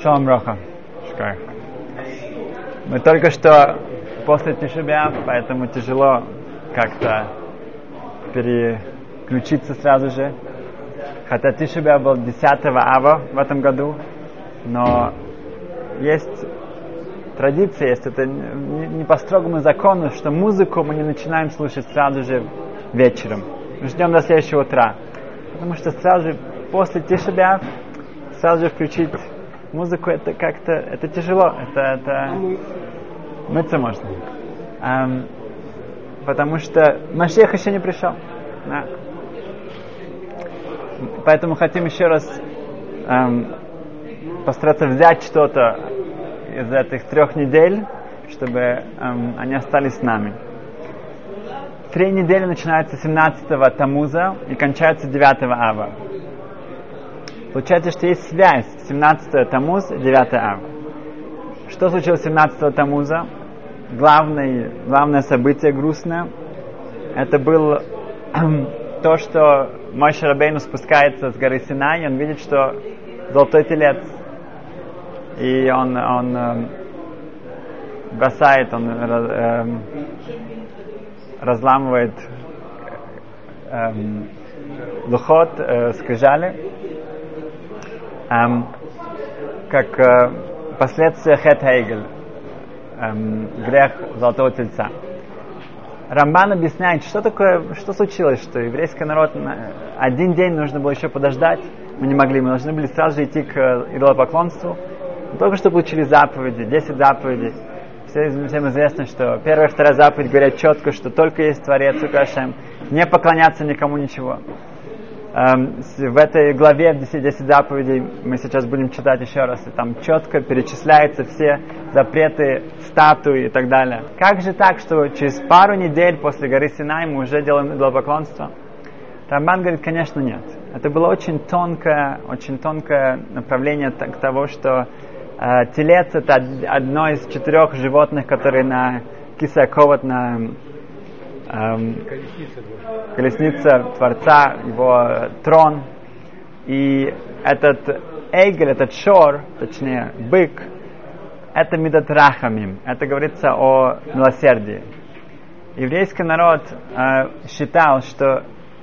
Шалом Броха. Мы только что после Тиша Б'Ав, поэтому тяжело как-то переключиться сразу же. Хотя Тиша Б'Ав был 10 ава в этом году, но есть традиция, есть это не по строгому закону, что музыку мы не начинаем слушать сразу же вечером. Мы ждем до следующего утра. Потому что сразу же после Тиша Б'Ав сразу же включить музыку, это как-то, это тяжело, это мыться можно. Потому что Машиах еще не пришел. Да. Поэтому хотим еще раз постараться взять что-то из этих 3 недель, чтобы они остались с нами. 3 недели начинаются 17-го Тамуза и кончаются 9-го Ава. Получается, что есть связь 17-го Тамуз и 9-го Ава. Что случилось 17-го Тамуза? Главное событие грустное. Это было то, что Моше Рабейну спускается с горы Синай, и он видит, что золотой телец. И он бросает, он разламывает лухот, скрижали, как последствия хет хейгель, грех золотого тельца. Рамбан объясняет, что случилось, что еврейский народ один день нужно было еще подождать, мы не могли, мы должны были сразу же идти к идолопоклонству. Мы только что получили заповеди, 10 заповедей. Всем известно, что 1 и 2 заповедь говорят четко, что только есть Творец, только Ашем, не поклоняться никому ничего. В этой главе, в 10 заповедей, мы сейчас будем читать еще раз, и там четко перечисляются все запреты, статуи и так далее. Как же так, что через пару недель после горы Синай мы уже делаем идолопоклонство? Рамбан говорит, конечно, нет. Это было очень тонкое направление к тому, что телец — это одно из 4 животных, которые на кисаковод, на колесница Творца, его трон. И этот эйгель, этот шор, точнее бык, это мидат рахамим, это говорится о милосердии. Еврейский народ считал, что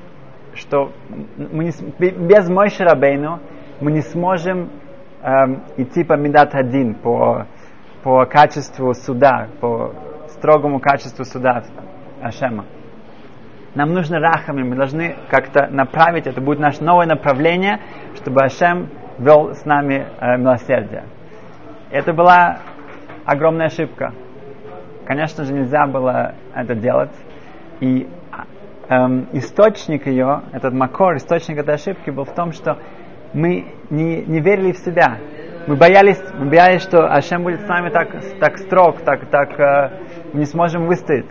мы без Моше Рабейну мы не сможем идти по мидат один, по качеству суда, по строгому качеству суда Ашема. Нам нужно рахами, мы должны как-то направить, это будет наше новое направление, чтобы Ашем вел с нами милосердие. Это была огромная ошибка. Конечно же, нельзя было это делать. И источник ее, этот макор, источник этой ошибки был в том, что мы не верили в себя. Мы боялись, что Ашем будет с нами так строг, мы не сможем выстоять.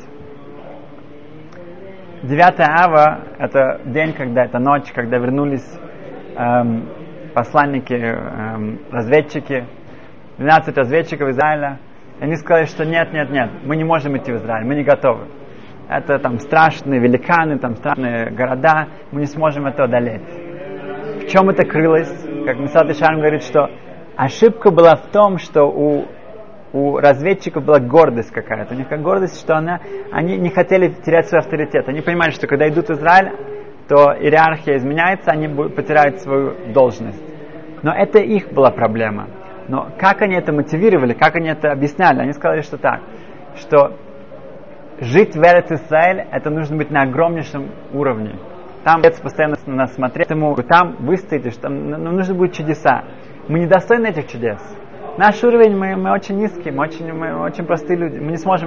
9 ава — это день, это ночь, когда вернулись посланники, разведчики, 12 разведчиков Израиля. И они сказали, что нет, мы не можем идти в Израиль, мы не готовы. Это там страшные великаны, там страшные города, мы не сможем это одолеть. В чем это крылось? Как Мисат Ишарм говорит, что ошибка была в том, что у разведчиков была гордость какая-то. У них как гордость, что они не хотели терять свой авторитет. Они понимали, что когда идут в Израиль, то иерархия изменяется, они потеряют свою должность. Но это их была проблема. Но как они это мотивировали, как они это объясняли? Они сказали, что так, что жить в Эрец Исраэль, это нужно быть на огромнейшем уровне. Там постоянно нас смотреть, там выстоите, что нужно будет чудеса. Мы недостойны этих чудес. Наш уровень, мы очень низкий, мы очень простые люди. Мы не сможем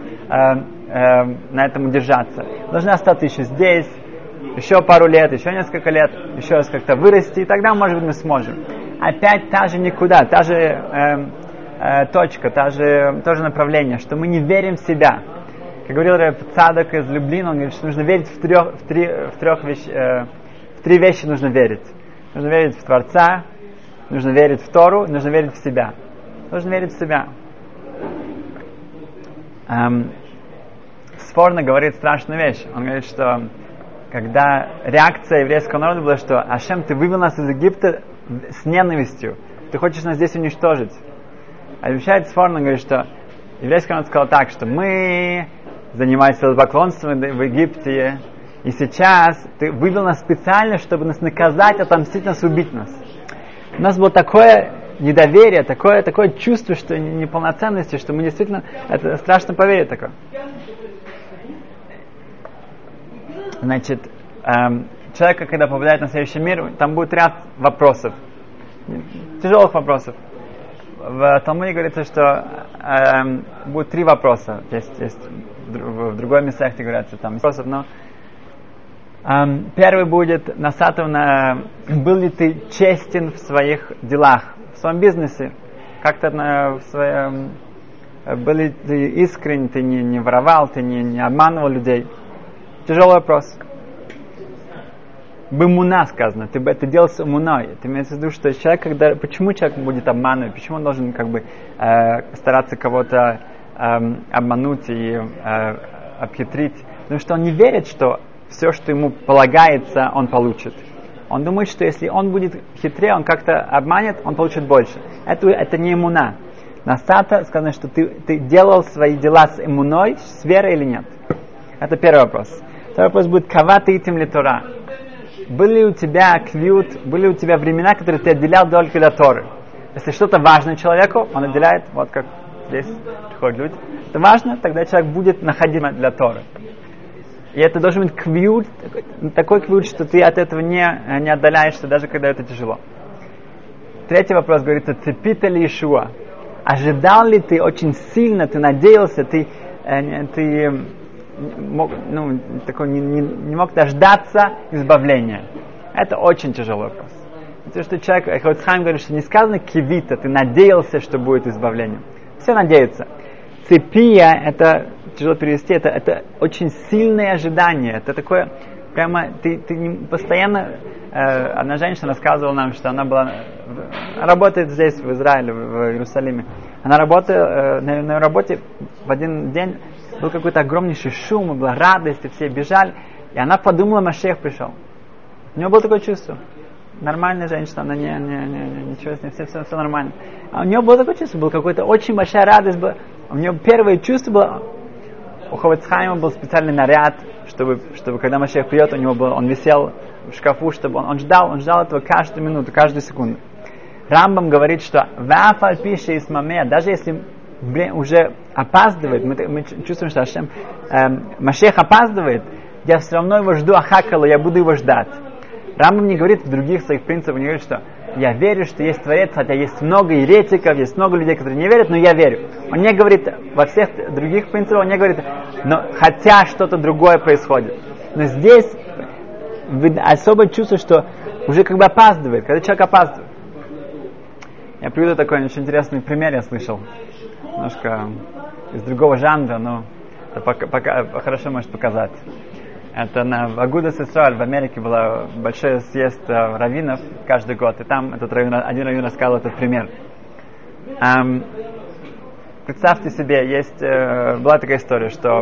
на этом удержаться. Должны остаться еще здесь, еще пару лет, еще несколько лет, еще раз как-то вырасти, и тогда, может быть, мы сможем. Опять та же никуда, та же точка, то же направление, что мы не верим в себя. Как говорил Реб Цадок из Люблина, он говорит, что нужно верить в 3 вещи нужно верить. Нужно верить в Творца, нужно верить в Тору, нужно верить в себя. Нужно верить в себя. Сфорно говорит страшную вещь. Он говорит, что когда реакция еврейского народа была, что Ашем, ты вывел нас из Египта с ненавистью. ты хочешь нас здесь уничтожить. Отвечает Сфорно, он говорит, что еврейский народ сказал так, что мы занимались поклонством в Египте, и сейчас ты вывел нас специально, чтобы нас наказать, отомстить нас, убить нас. У нас было такое недоверие, такое чувство, что неполноценности, что мы действительно, это страшно поверить такое. Значит, человек, когда попадает на следующий мир, там будет ряд вопросов, тяжелых вопросов. В Талмуде говорится, что будет 3 вопроса. Есть в другой месте говорится, там вопросов, но первый будет, был ли ты честен в своих делах, в своем бизнесе, как-то был ли ты искренен, ты не воровал, ты не обманывал людей. Тяжелый вопрос. Бэмуна сказано, ты это делал с умуной. Это имеется в виду, что человек, почему человек будет обманывать, почему он должен стараться кого-то обмануть и обхитрить, потому что он не верит, что все, что ему полагается, он получит. Он думает, что если он будет хитрее, он как-то обманет, он получит больше. Это не иммуна. На стата сказано, что ты делал свои дела с иммуной, с верой или нет. Это первый вопрос. Второй вопрос будет, кава ты этим ли Тора? Были у тебя времена, которые ты отделял только для Торы? Если что-то важно человеку, он отделяет, вот как здесь приходят люди. Это важно, тогда человек будет находим для Торы. И это должен быть квиут, такой квиут, что ты от этого не отдаляешься, даже когда это тяжело. Третий вопрос говорится, цепита ли Иешуа? Ожидал ли ты очень сильно, ты надеялся, ты не мог дождаться избавления? Это очень тяжелый вопрос. То, что человек, Хофец Хаим говорит, что не сказано кивита, ты надеялся, что будет избавление. Все надеются. Цепия, это тяжело перевести, это очень сильное ожидание. Это такое, прямо, ты постоянно, одна женщина рассказывала нам, что она работает здесь, в Израиле, в Иерусалиме. Она работала, на работе в один день был какой-то огромнейший шум, была радость, и все бежали. И она подумала, Машиах пришел. У нее было такое чувство. Нормальная женщина, она ничего с ней, все нормально. А у нее было такое чувство, была какая-то очень большая радость. У нее первое чувство было, у Хофец Хаима был специальный наряд, чтобы когда Машиах придет, он висел в шкафу, чтобы он ждал этого каждую минуту, каждую секунду. Рамбам говорит, что вафаль пише из мамея, даже если уже опаздывает, мы чувствуем, что Машиах опаздывает, я все равно его жду, ахакала, я буду его ждать. Рамбам не говорит в других своих принципах, не говорит, что я верю, что есть Творец, хотя есть много еретиков, есть много людей, которые не верят, но я верю. Он не говорит во всех других принципах, он не говорит, но хотя что-то другое происходит. Но здесь особое чувство, что уже как бы опаздывает, когда человек опаздывает. Я приведу такой очень интересный пример, я слышал. Немножко из другого жанра, но это хорошо может показать. Это в Агудас Исраэль в Америке был большой съезд раввинов каждый год, и там один раввин рассказал этот пример. Представьте себе, была такая история, что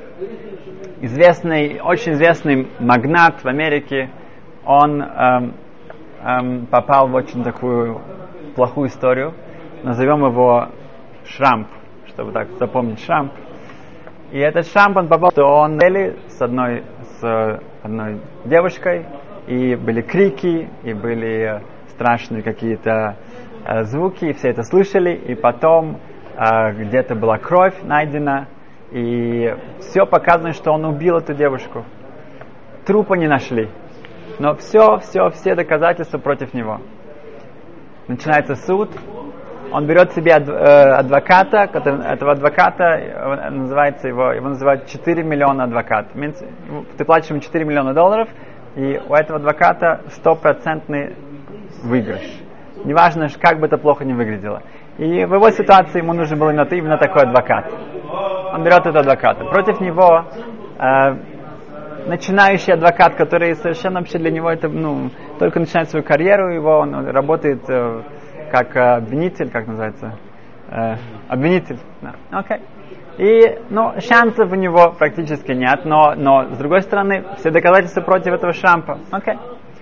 очень известный магнат в Америке, он попал в очень такую плохую историю, назовем его Шрамп, чтобы так запомнить Шрамп. И этот Шрамп, он попал, что он с одной девушкой, и были крики, и были страшные какие-то звуки, и все это слышали, и потом где-то была кровь найдена, и все показано, что он убил эту девушку. Трупа не нашли, но все доказательства против него. Начинается суд, он берет себе адвоката, этого адвоката, его называют 4 миллиона адвокат. Ты платишь ему $4 миллиона, и у этого адвоката 100% выигрыш. Неважно, как бы это плохо не выглядело. И в его ситуации ему нужен был именно такой адвокат. Он берет этого адвоката. Против него начинающий адвокат, который совершенно вообще для него это, только начинает свою карьеру, он работает как обвинитель, как называется? Обвинитель. Okay. И, шансов у него практически нет, но с другой стороны, все доказательства против этого Шрампа. Okay.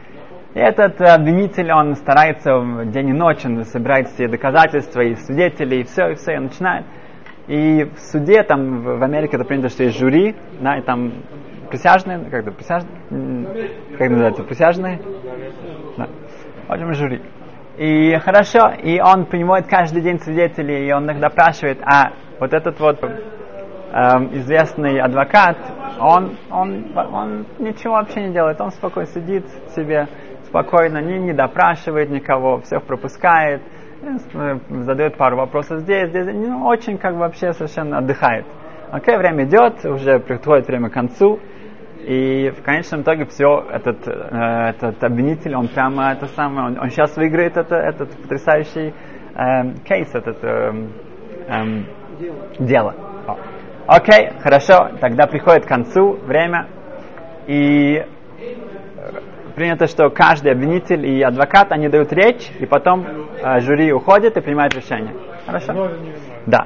И этот обвинитель, он старается день и ночь, он собирает все доказательства и свидетелей, и все, и начинает. И в суде, там в Америке это принято, что есть жюри, да, и там присяжные, как называется, присяжные? Да. В общем, жюри. И хорошо, и он принимает каждый день свидетелей, и он их допрашивает, а вот этот вот известный адвокат, он ничего вообще не делает, он спокойно сидит себе, спокойно, не допрашивает никого, всех пропускает, задает пару вопросов здесь, очень как бы вообще совершенно отдыхает. Окей, время идет, уже приходит время к концу, и в конечном итоге все, этот обвинитель, он прямо это самое, он сейчас выиграет этот потрясающий кейс, дело. Окей, хорошо, тогда приходит к концу время, и принято, что каждый обвинитель и адвокат, они дают речь, и потом жюри уходит и принимает решение. Хорошо? Да.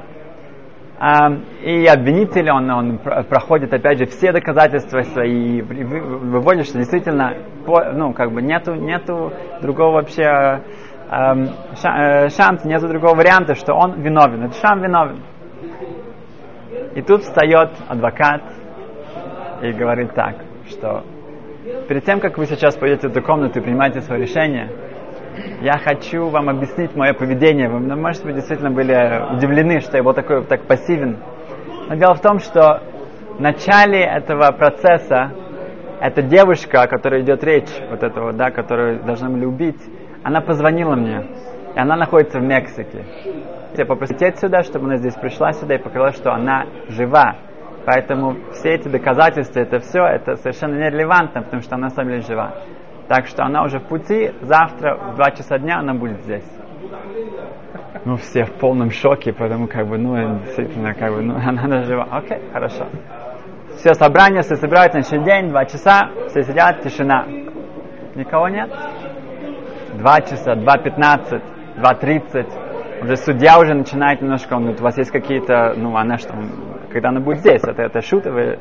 И обвинитель, он проходит, опять же, все доказательства свои, и выводит, что действительно, нету другого вообще шанса, нету другого варианта, что он виновен. Это Шам виновен. И тут встает адвокат и говорит так, что перед тем, как вы сейчас пойдете в эту комнату и принимаете свое решение, я хочу вам объяснить мое поведение. Вы, может быть, действительно были удивлены, что я был так пассивен. Но дело в том, что в начале этого процесса эта девушка, о которой идет речь, которую должны были убить, она позвонила мне. И она находится в Мексике. Я попросил лететь сюда, чтобы она здесь пришла сюда и показала, что она жива. Поэтому все эти доказательства, это совершенно нерелевантно, потому что она на самом деле жива. Так что она уже в пути, завтра в 2 часа дня она будет здесь. Все в полном шоке, потому действительно, она жива. Окей, хорошо. Все собрания, все собираются на следующий день, 2 часа, все сидят, тишина. Никого нет? 2 часа, 2:15, 2:30. Уже судья уже начинает немножко, у вас есть какие-то, когда она будет здесь, это шут,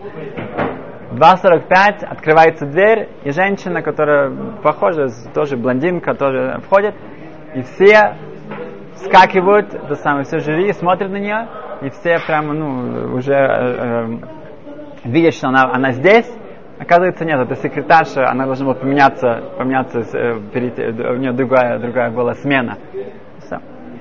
2:45, открывается дверь, и женщина, которая похожа, тоже блондинка, тоже входит, и все вскакивают, все жюри, смотрят на нее, и все прямо, уже видят, что она здесь. Оказывается, нет, это секретарша, она должна была поменяться, у нее другая была смена. Все.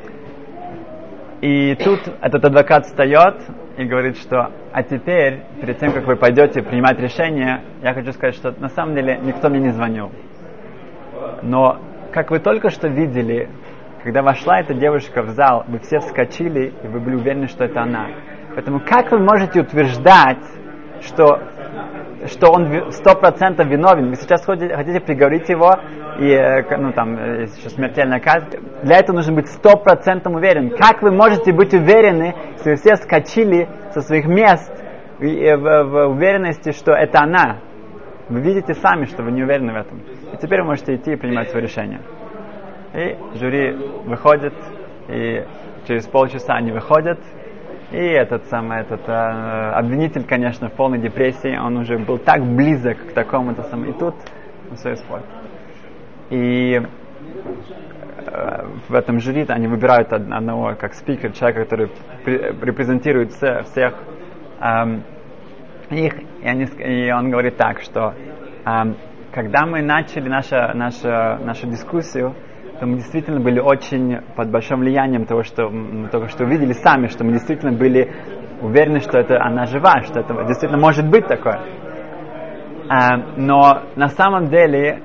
И тут этот адвокат встает и говорит, что а теперь, перед тем, как вы пойдете принимать решение, я хочу сказать, что на самом деле никто мне не звонил. Но, как вы только что видели, когда вошла эта девушка в зал, вы все вскочили, и вы были уверены, что это она. Поэтому как вы можете утверждать, что он 100% виновен? Вы сейчас хотите приговорить его, и, есть еще смертельная казнь. Для этого нужно быть 100% уверен. Как вы можете быть уверены, если вы все скочили со своих мест в уверенности, что это она? Вы видите сами, что вы не уверены в этом. И теперь вы можете идти и принимать свое решение. И жюри выходит, и через полчаса они выходят. И этот обвинитель, конечно, в полной депрессии, он уже был так близок к такому-то самому. И тут он все испортил. И в этом жюри они выбирают одного как спикер, человека, который репрезентирует всех их. И он говорит так, что когда мы начали нашу дискуссию, то мы действительно были очень под большим влиянием того, что мы только что увидели сами, что мы действительно были уверены, что она жива, что это действительно может быть такое. Но на самом деле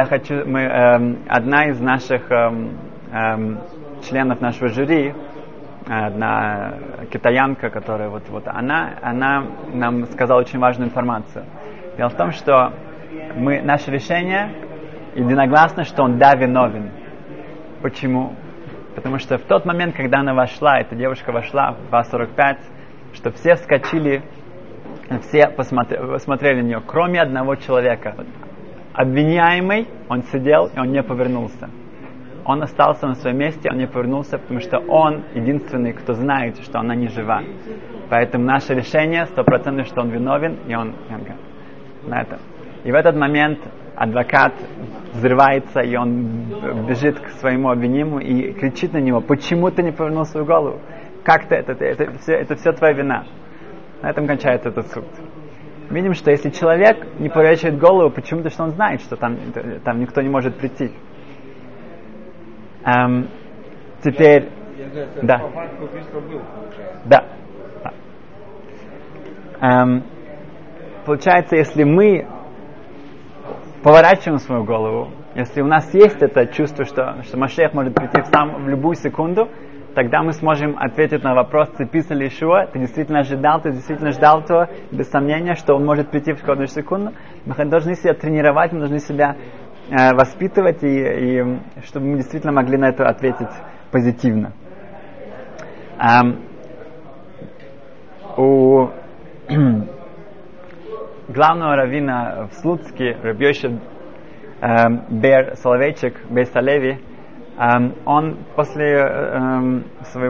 одна из наших членов нашего жюри, одна китаянка, которая она нам сказала очень важную информацию. Дело в том, что наше решение единогласно, что он виновен. Почему? Потому что в тот момент, когда она вошла, эта девушка вошла в 2:45, что все вскочили, все посмотрели на нее, кроме одного человека. Обвиняемый, он сидел, и он не повернулся. Он остался на своем месте, он не повернулся, потому что он единственный, кто знает, что она не жива. Поэтому наше решение 100%, что он виновен, и он на это. И в этот момент адвокат взрывается, и он бежит к своему обвинимому и кричит на него: почему ты не повернул свою голову? Как ты это все твоя вина. На этом кончается этот суд. Видим, что если человек не поворачивает голову, почему-то, что он знает, что там никто не может прийти. Теперь... Да. Да. Получается, если мы поворачиваем свою голову, если у нас есть это чувство, что Машиах может прийти в любую секунду, тогда мы сможем ответить на вопрос: цепиться ли Иешуа, ты действительно ждал этого, без сомнения, что он может прийти в каждую секунду. Мы должны себя тренировать, мы должны себя воспитывать, и чтобы мы действительно могли на это ответить позитивно. У главного раввина в Слуцке, Рав Йошев Бер Соловейчик, Бейс Алеви, он после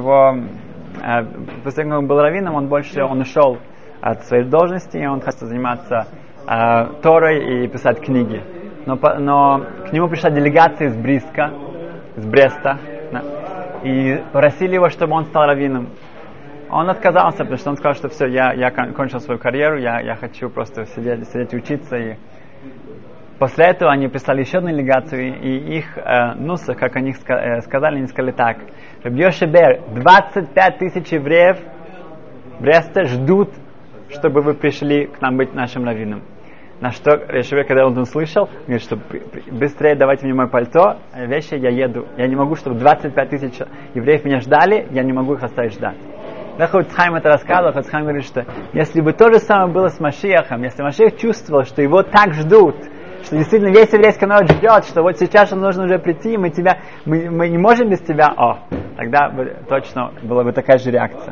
после того, как он был раввином, он ушел от своей должности, и он хотел заниматься Торой и писать книги. Но к нему пришла делегация из Бреста, да, и просили его, чтобы он стал раввином. Он отказался, потому что он сказал, что все, я кончил свою карьеру, я хочу просто сидеть и учиться. И после этого они прислали еще одну делегацию, и их нусах, как они сказали, они сказали так: Рав Йошев Бер, 25 тысяч евреев Бреста ждут, чтобы вы пришли к нам быть нашим раввином. На что Йошев, когда он услышал, говорит, что быстрее давайте мне мое пальто, вещи, я еду. Я не могу, чтобы 25 тысяч евреев меня ждали, я не могу их оставить ждать. Хофец Хаим это рассказывал. Хофец Хаим говорит, что если бы то же самое было с Машиахом, если Машиах чувствовал, что его так ждут, что действительно весь еврейский народ ждет, что вот сейчас нужно уже прийти, мы не можем без тебя, тогда бы точно была бы такая же реакция.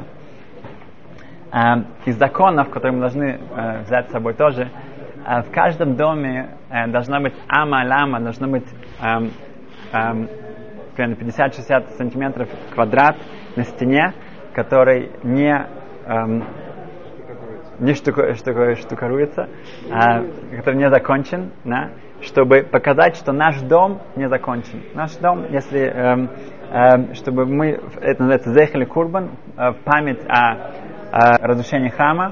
Из законов, которые мы должны взять с собой тоже, в каждом доме должна быть ама-лама, должно быть примерно 50-60 сантиметров квадрат на стене, который не штукаруется, который не закончен, да, чтобы показать, что наш дом не закончен. Наш дом, если чтобы мы, это называется зехель курбан, в память о разрушении храма,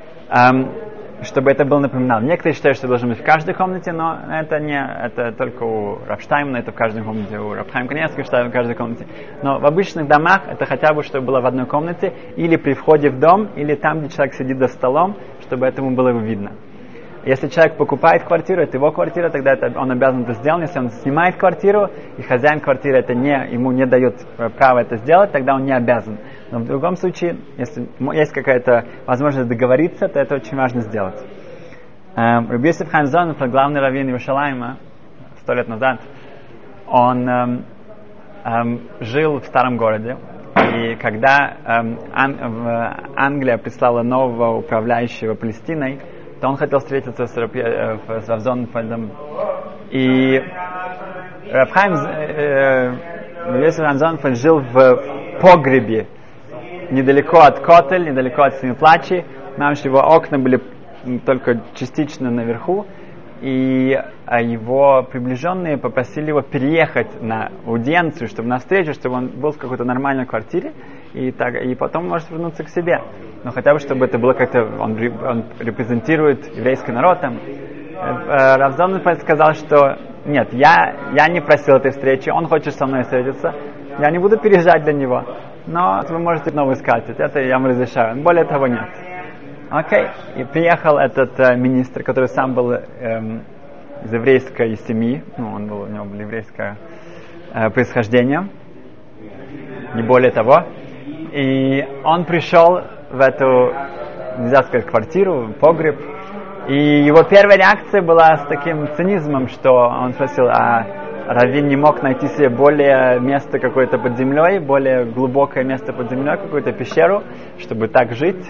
чтобы это было напоминало. Некоторые считают, что должно быть в каждой комнате, но это только у Рав Штаймана, это в каждой комнате, у Рав Хаим Каневского считают в каждой комнате. Но в обычных домах это хотя бы, чтобы было в одной комнате, или при входе в дом, или там, где человек сидит за столом, чтобы этому было видно. Если человек покупает квартиру, это его квартира, тогда он обязан это сделать. Если он снимает квартиру, и хозяин квартиры ему не дает права это сделать, тогда он не обязан. Но в другом случае, если есть какая-то возможность договориться, то это очень важно сделать. Рав Йосеф Хаим Зонненфельд, главный раввин Иерушалайма, 100 лет назад, он жил в старом городе. И когда Англия прислала нового управляющего Палестиной, то он хотел встретиться с Рав Зонненфельдом. И Рав Йосеф Хаим Зонненфельд жил в погребе, недалеко от Котель, недалеко от Семиплачи. Нам что его окна были только частично наверху. И его приближенные попросили его переехать на аудиенцию, чтобы на встречу, чтобы он был в какой-то нормальной квартире, и потом может вернуться к себе. Но хотя бы, чтобы это было как-то, он репрезентирует еврейский народ там. Рав Зонненфельд сказал, что нет, я не просил этой встречи, он хочет со мной встретиться, я не буду переезжать для него, но вы можете снова искать, это я вам разрешаю, более того нет. Окей. И приехал этот министр, который сам был из еврейской семьи, у него было еврейское происхождение, не более того. И он пришел в эту, нельзя сказать, квартиру, погреб, и его первая реакция была с таким цинизмом, что он спросил, раввин не мог найти себе более место какое-то под землей, более глубокое место под землей, какую-то пещеру, чтобы так жить.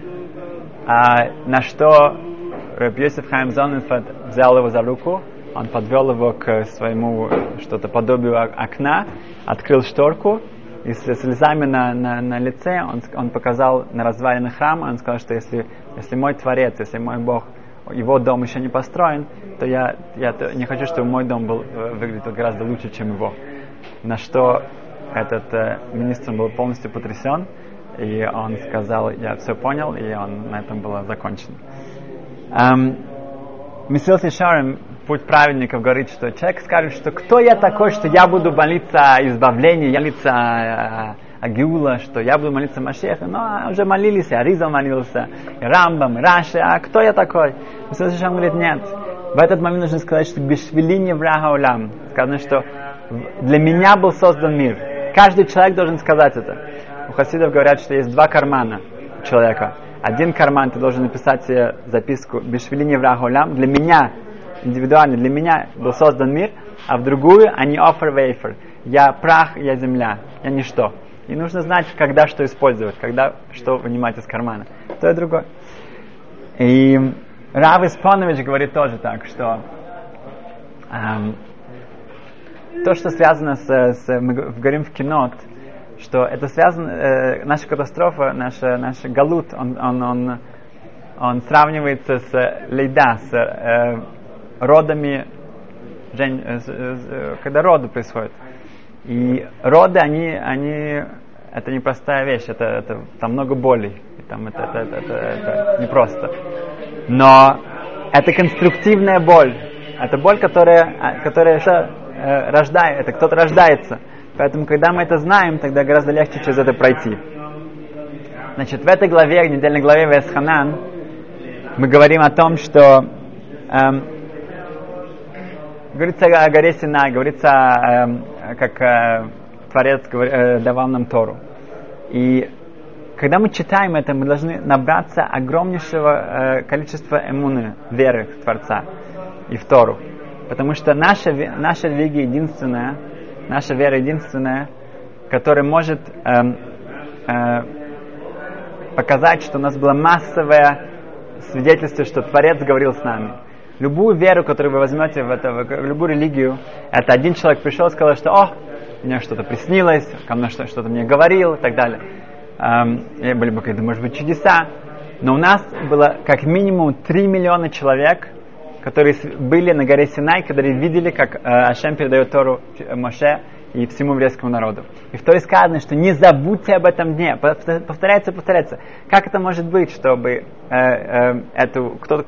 На что Рав Йосеф Хаим Зонненфельд взял его за руку, он подвел его к своему что-то подобию окна, открыл шторку, и с слезами на лице он показал на развалины храма, он сказал, что если мой Творец, если мой Бог, его дом еще не построен, то я не хочу, чтобы мой дом выглядел гораздо лучше, чем его. На что этот министр был полностью потрясен, и он сказал, я все понял, и на этом было закончено. Месилат Ешарим, путь праведников, говорит, что человек скажет, что кто я такой, что я буду молиться о избавлении, я молиться о Геула, что я буду молиться о Машехе. Но уже молились, и Аризал молился, и Рамбам, и Раши, а кто я такой? Месилат Ешарим говорит, нет. В этот момент нужно сказать, что Бишвили невра хаолам. Сказано, что для меня был создан мир. Каждый человек должен сказать это. У хасидов говорят, что есть два кармана у человека. Один карман ты должен написать себе записку «Бишвили невра хаолам». Для меня, индивидуально, для меня был создан мир, а в другую «Ани офер вейфер». Я прах, я земля, я ничто. И нужно знать, когда что использовать, когда что вынимать из кармана. То и другое. И Рав Испонович говорит тоже так, что то, что связано мы говорим в Кинот, что это связано, наша катастрофа, наш галут, он сравнивается с лейда, с родами, когда роды происходят. И роды, они это непростая вещь, там много болей, там это непросто. Но это конструктивная боль, это боль, которая рождает, это кто-то рождается. Поэтому, когда мы это знаем, тогда гораздо легче через это пройти. Значит, в этой главе, недельной главе Ваэсханан, мы говорим о том, что говорится о горе Синай, говорится, как Творец давал нам Тору. И когда мы читаем это, мы должны набраться огромнейшего количества эмуны, веры в Творца и в Тору. Потому что наша религия единственная, наша вера единственная, которая может показать, что у нас было массовое свидетельство, что Творец говорил с нами. Любую веру, которую вы возьмете в любую религию, это один человек пришел и сказал, что мне что-то приснилось, ко мне что-то мне говорил и так далее. И были бы какие-то, может быть, чудеса. Но у нас было как минимум 3 миллиона человек, которые были на горе Синай, которые видели, как Ашем передает Тору Моше и всему еврейскому народу. И в Торе сказано, что не забудьте об этом дне. Повторяется. Как это может быть, чтобы кто-то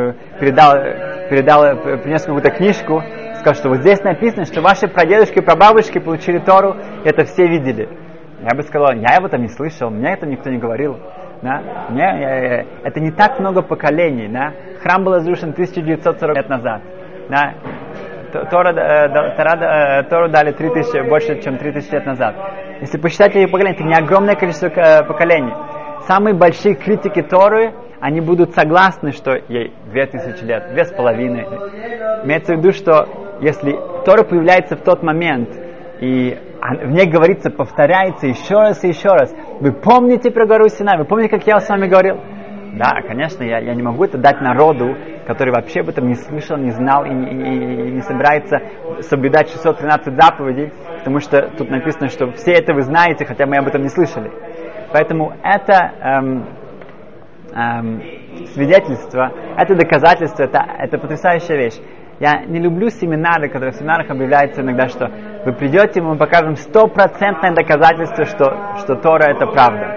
принес какую-то книжку, сказал, что вот здесь написано, что ваши прадедушки и прабабушки получили Тору, и это все видели. Я бы сказал, я об этом не слышал, мне это никто не говорил. Да? Это не так много поколений. Да? Храм был разрушен 1940 лет назад. Да? Тору дали 3000, больше, чем 3000 лет назад. Если посчитать эти поколения, это не огромное количество поколений. Самые большие критики Торы, они будут согласны, что ей 2000 лет, 2500. Имеется в виду, что если Тора появляется в тот момент, и в ней говорится, повторяется еще раз и еще раз. Вы помните про гору Синай? Вы помните, как я с вами говорил? Да, конечно, я не могу это дать народу, который вообще об этом не слышал, не знал и не собирается соблюдать 613 заповедей, потому что тут написано, что все это вы знаете, хотя мы об этом не слышали. Поэтому это свидетельство, это доказательство, это потрясающая вещь. Я не люблю семинары, которые в семинарах объявляется иногда, что вы придете, мы покажем 100% доказательство, что Тора это правда.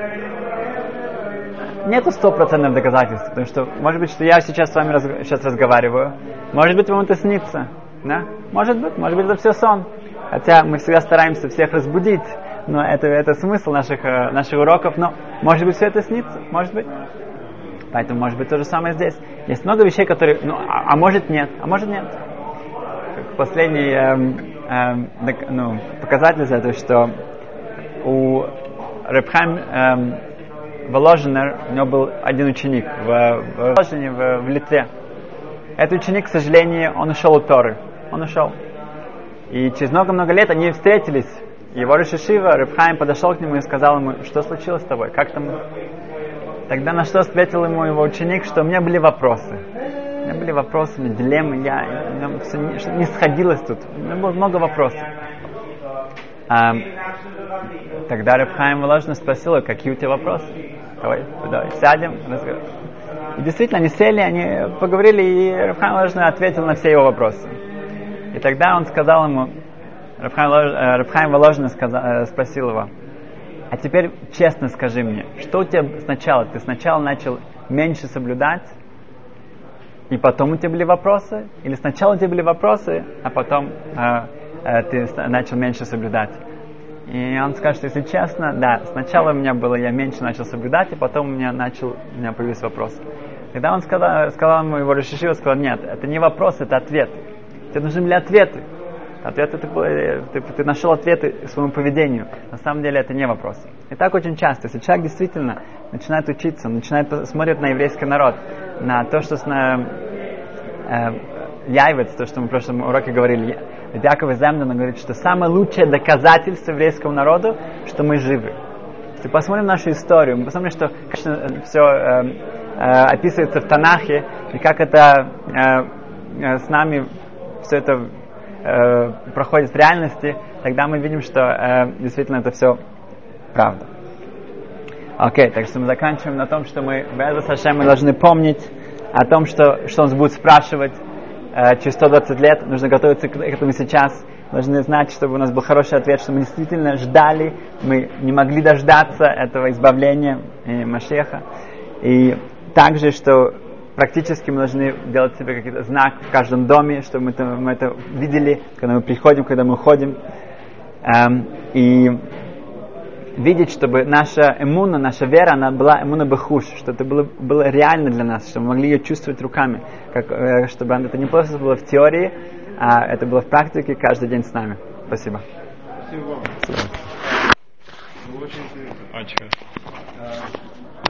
Нету 100% доказательств, потому что, может быть, что я сейчас с вами разговариваю, может быть, вам это снится, да? Может быть, это все сон. Хотя мы всегда стараемся всех разбудить, но это смысл наших уроков, но, может быть, все это снится, может быть. Поэтому, может быть, то же самое здесь. Есть много вещей, которые, а может нет. Последний показатель за это, что у Реб Хаим Воложенер, у него был один ученик в Литве. Этот ученик, к сожалению, он ушел от Торы. Он ушел. И через много-много лет они встретились. И его Рош ешива, Реб Хаим, подошел к нему и сказал ему, что случилось с тобой, как там... Тогда на что ответил ему его ученик, что у меня были вопросы. У меня были вопросы, дилеммы, все не сходилось тут. У меня было много вопросов. Тогда Реб Хаим Воложенер спросил, какие у тебя вопросы? Давай сядем, разговариваем. И действительно, они сели, они поговорили, и Рав Хаим Воложный ответил на все его вопросы. И тогда он сказал ему, Рав Хаим Воложный спросил его: а теперь честно скажи мне, что у тебя сначала? Ты сначала начал меньше соблюдать, и потом у тебя были вопросы? Или сначала у тебя были вопросы, а потом ты начал меньше соблюдать? И он скажет, что если честно, да, сначала у меня было, я меньше начал соблюдать, и потом у меня появился вопрос. Когда он сказал ему, его решил, сказал: нет, это не вопрос, это ответ. Тебе нужны были ответы. Ответы ты нашел ответы своему поведению. На самом деле это не вопрос. И так очень часто, если человек действительно начинает учиться, смотрит на еврейский народ, на то, что Яйвец, то, что мы в прошлом уроке говорили, Яков из Эмдена говорит, что самое лучшее доказательство еврейскому народу, что мы живы. Если посмотрим нашу историю, мы посмотрим, что все описывается в Танахе, и как это с нами все это проходит в реальности, тогда мы видим, что действительно это все правда. Окей, так что мы заканчиваем на том, что мы мы должны помнить о том, что он нас будет спрашивать через 120 лет. Нужно готовиться к этому сейчас. Должны знать, чтобы у нас был хороший ответ, что мы действительно ждали, мы не могли дождаться этого избавления Машеха. И также, что практически мы должны делать себе какой-то знак в каждом доме, чтобы мы это видели, когда мы приходим, когда мы уходим. И видеть, чтобы наша эмуна, наша вера, она была эмуна бехуш, что это было реально для нас, чтобы мы могли ее чувствовать руками, чтобы это не просто было в теории, а это было в практике каждый день с нами. Спасибо. Спасибо вам. Очень интересно.